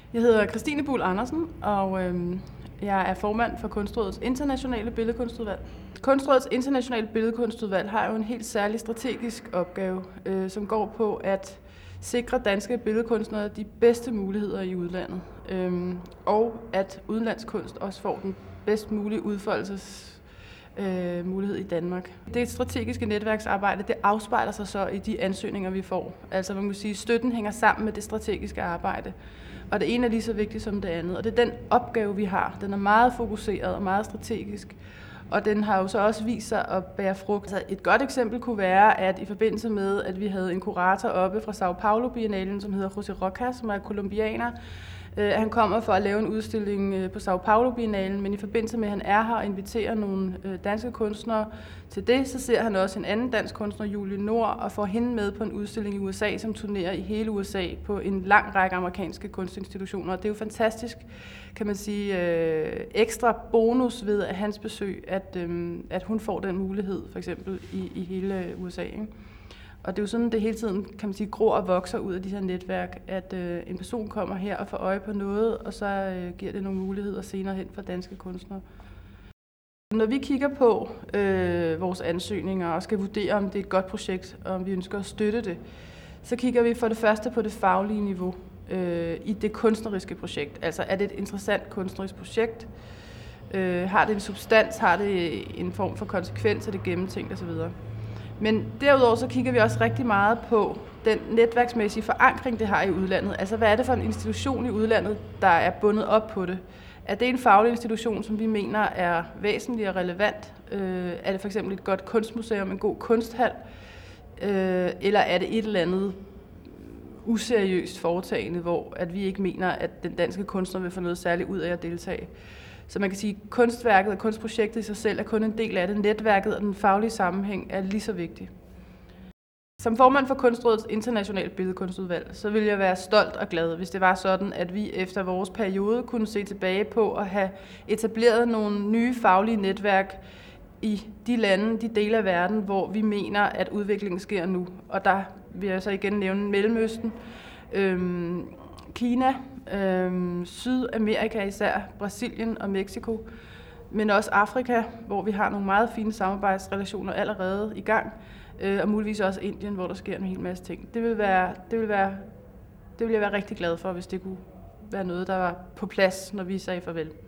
Jeg hedder Christine Buhl Andersen, og jeg er formand for Kunstrådets Internationale Billedkunstudvalg. Kunstrådets Internationale Billedkunstudvalg har jo en helt særlig strategisk opgave, som går på at sikre danske billedkunstnere de bedste muligheder i udlandet, og at udenlandsk kunst også får den bedst mulige udfoldelsesmulighed i Danmark. Det strategiske netværksarbejde, det afspejler sig så i de ansøgninger, vi får. Altså man kan sige, støtten hænger sammen med det strategiske arbejde. Og det ene er lige så vigtigt som det andet. Og det er den opgave, vi har. Den er meget fokuseret og meget strategisk. Og den har jo så også vist sig at bære frugt. Altså et godt eksempel kunne være, at i forbindelse med, at vi havde en kurator oppe fra Sao Paulo Biennalen, som hedder José Roca, som er kolumbianer. Han kommer for at lave en udstilling på Sao Paulo Biennalen, men i forbindelse med, at han er her og inviterer nogle danske kunstnere til det, så ser han også en anden dansk kunstner, Julie Nord, og får hende med på en udstilling i USA, som turnerer i hele USA på en lang række amerikanske kunstinstitutioner. Og det er jo fantastisk, kan man sige, ekstra bonus ved at hans besøg, at hun får den mulighed, for eksempel i hele USA, ikke? Og det er jo sådan, det hele tiden, kan man sige, gror og vokser ud af de her netværk, at en person kommer her og får øje på noget, og så giver det nogle muligheder senere hen for danske kunstnere. Når vi kigger på vores ansøgninger og skal vurdere, om det er et godt projekt, og om vi ønsker at støtte det, så kigger vi for det første på det faglige niveau i det kunstneriske projekt. Altså er det et interessant kunstnerisk projekt? Har det en substans? Har det en form for konsekvens? Er det gennemtænkt osv.? Men derudover så kigger vi også rigtig meget på den netværksmæssige forankring, det har i udlandet. Altså hvad er det for en institution i udlandet, der er bundet op på det? Er det en faglig institution, som vi mener er væsentlig og relevant? Er det for eksempel et godt kunstmuseum, en god kunsthal? Eller er det et eller andet useriøst foretagende, hvor at vi ikke mener, at den danske kunstner vil få noget særligt ud af at deltage? Så man kan sige, at kunstværket og kunstprojektet i sig selv er kun en del af det. Netværket og den faglige sammenhæng er lige så vigtig. Som formand for Kunstrådets Internationale Billedkunstudvalg, så ville jeg være stolt og glad, hvis det var sådan, at vi efter vores periode kunne se tilbage på at have etableret nogle nye faglige netværk i de lande, de dele af verden, hvor vi mener, at udviklingen sker nu. Og der vil jeg så igen nævne Mellemøsten, Kina, Sydamerika især, Brasilien og Mexico, men også Afrika, hvor vi har nogle meget fine samarbejdsrelationer allerede i gang, og muligvis også Indien, hvor der sker en hel masse ting. Det vil jeg være rigtig glad for, hvis det kunne være noget, der var på plads, når vi sagde farvel.